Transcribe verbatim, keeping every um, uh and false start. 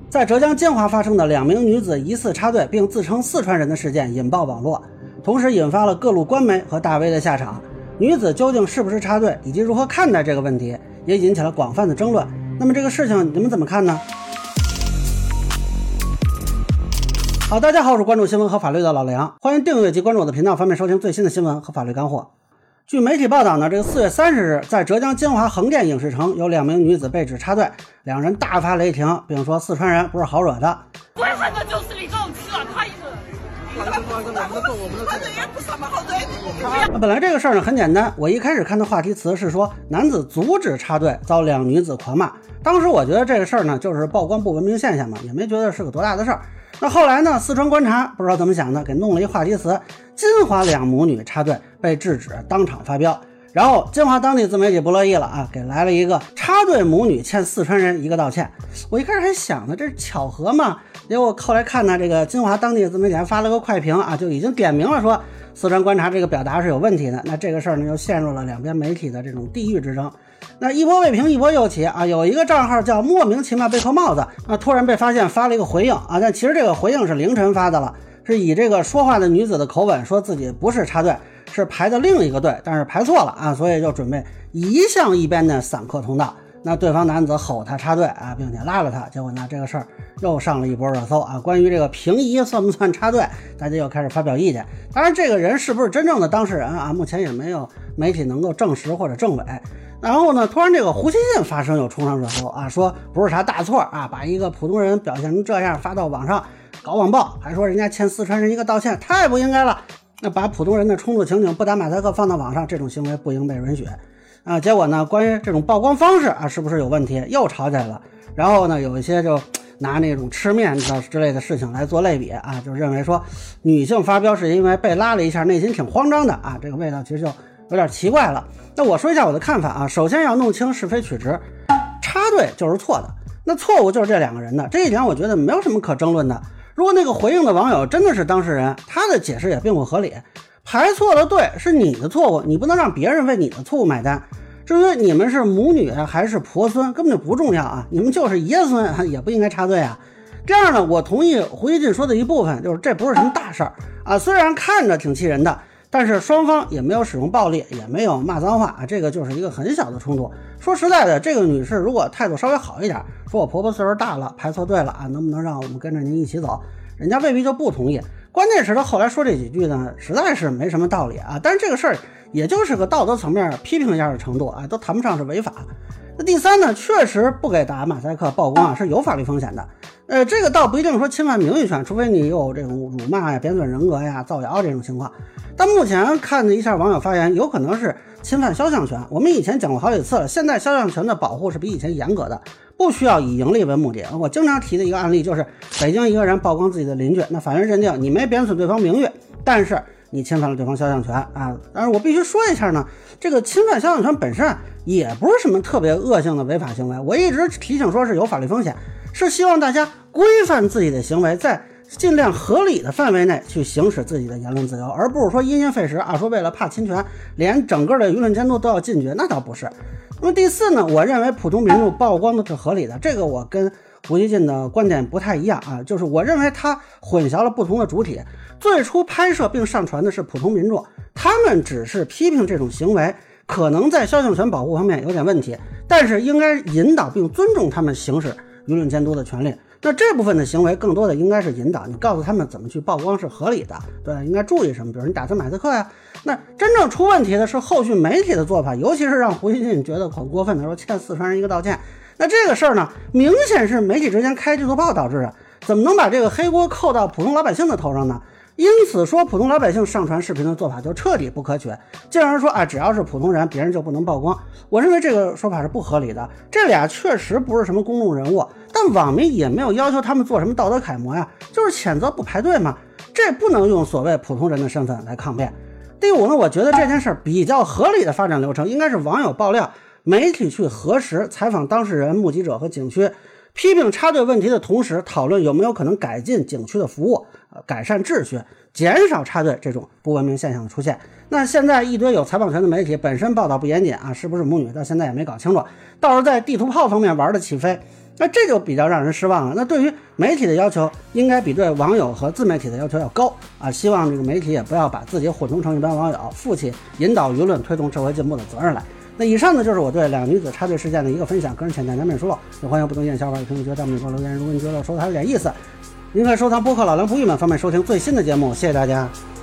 在浙江金华发生的两名女子疑似插队并自称四川人的事件引爆网络，同时引发了各路官媒和大 V 的下场。女子究竟是不是插队，以及如何看待这个问题，也引起了广泛的争论。那么这个事情你们怎么看呢？好，大家好，我是关注新闻和法律的老梁，欢迎订阅及关注我的频道，方便收听最新的新闻和法律干货。据媒体报道呢，这个四月三十日，在浙江金华横店影视城，有两名女子被指插队，两人大发雷霆，并说四川人不是好惹的。 最恨的就是你这种吃软他一个。 本来这个事儿呢很简单，我一开始看的话题词是说男子阻止插队遭两女子狂骂，当时我觉得这个事儿呢就是曝光不文明现象嘛，也没觉得是个多大的事儿。那后来呢，四川观察不知道怎么想的，给弄了一话题词，金华两母女插队被制止，当场发飙。然后金华当地自媒体不乐意了啊，给来了一个插队母女欠四川人一个道歉。我一开始还想呢，这是巧合吗？结果后来看呢，这个金华当地自媒体还发了个快评啊，就已经点名了说四川观察这个表达是有问题的。那这个事儿呢，又陷入了两边媒体的这种地域之争。那一波未平一波又起啊，有一个账号叫莫名其妙被扣帽子啊，突然被发现发了一个回应啊，但其实这个回应是凌晨发的了，是以这个说话的女子的口吻说自己不是插队，是排的另一个队，但是排错了啊，所以就准备移向一边的散客通道。那对方男子吼他插队啊，并且拉了他，结果呢这个事儿又上了一波热搜啊。关于这个平移算不算插队，大家又开始发表意见。当然这个人是不是真正的当事人啊，目前也没有媒体能够证实或者证伪。然后呢，突然这个胡锡进发声又冲上热搜啊，说不是啥大错啊，把一个普通人表现成这样发到网上搞网暴，还说人家欠四川人一个道歉，太不应该了。那把普通人的冲突情景不打马赛克放到网上，这种行为不应被允许啊。结果呢，关于这种曝光方式啊是不是有问题，又吵起来了。然后呢，有一些就拿那种吃面的之类的事情来做类比啊，就认为说女性发飙是因为被拉了一下，内心挺慌张的啊，这个味道其实就有点奇怪了。那我说一下我的看法啊，首先要弄清是非曲直，插队就是错的，那错误就是这两个人的，这一点我觉得没有什么可争论的。如果那个回应的网友真的是当事人，他的解释也并不合理，排错了队是你的错误，你不能让别人为你的错误买单。至于你们是母女还是婆孙根本就不重要啊，你们就是爷孙也不应该插队啊。这样呢，我同意胡锡进说的一部分，就是这不是什么大事儿啊，虽然看着挺气人的，但是双方也没有使用暴力，也没有骂脏话啊，这个就是一个很小的冲突。说实在的，这个女士如果态度稍微好一点，说我婆婆岁数大了，排错队了啊，能不能让我们跟着您一起走，人家未必就不同意。关键是她后来说这几句呢，实在是没什么道理啊，但是这个事儿也就是个道德层面批评一下的程度啊，都谈不上是违法。那第三呢，确实不给打马赛克曝光啊是有法律风险的。呃，这个倒不一定说侵犯名誉权，除非你有这种辱骂呀、贬损人格呀、造谣这种情况。但目前看了一下网友发言，有可能是侵犯肖像权。我们以前讲过好几次了，现在肖像权的保护是比以前严格的，不需要以盈利为目的。我经常提的一个案例就是北京一个人曝光自己的邻居，那法院认定你没贬损对方名誉，但是你侵犯了对方肖像权啊。但是我必须说一下呢，这个侵犯肖像权本身也不是什么特别恶性的违法行为，我一直提醒说是有法律风险，是希望大家规范自己的行为，在尽量合理的范围内去行使自己的言论自由，而不是说因噎废食啊，说为了怕侵权连整个的舆论监督都要禁绝，那倒不是。那么第四呢，我认为普通民众曝光的是合理的，这个我跟胡锡进的观点不太一样啊，就是我认为他混淆了不同的主体。最初拍摄并上传的是普通民众，他们只是批评这种行为可能在肖像权保护方面有点问题，但是应该引导并尊重他们行使舆论监督的权利。那这部分的行为更多的应该是引导，你告诉他们怎么去曝光是合理的，对，应该注意什么，比如你打字马赛克呀。那真正出问题的是后续媒体的做法，尤其是让胡锡进觉得很过分的说欠四川人一个道歉。那这个事儿呢，明显是媒体之间开地图炮导致的，怎么能把这个黑锅扣到普通老百姓的头上呢？因此说普通老百姓上传视频的做法就彻底不可取，进而说啊，只要是普通人别人就不能曝光，我认为这个说法是不合理的。这俩确实不是什么公众人物，但网民也没有要求他们做什么道德楷模呀，就是谴责不排队嘛，这不能用所谓普通人的身份来抗辩。第五呢，我觉得这件事比较合理的发展流程应该是网友爆料，媒体去核实，采访当事人、目击者和景区，批评插队问题的同时，讨论有没有可能改进景区的服务，呃，改善秩序，减少插队这种不文明现象的出现。那现在一堆有采访权的媒体本身报道不严谨啊，是不是母女到现在也没搞清楚，倒是在地图炮方面玩的起飞。 那这就比较让人失望了。那对于媒体的要求，应该比对网友和自媒体的要求要高啊！希望这个媒体也不要把自己混同成一般网友，负起引导舆论、推动社会进步的责任来。那以上呢，就是我对两女子插队事件的一个分享，个人浅见难免疏漏，也欢迎不同意见小伙伴评论区弹幕里给我留言。如果你觉得说的还有点意思，您可以收藏播客老梁不郁闷，方便收听最新的节目。谢谢大家。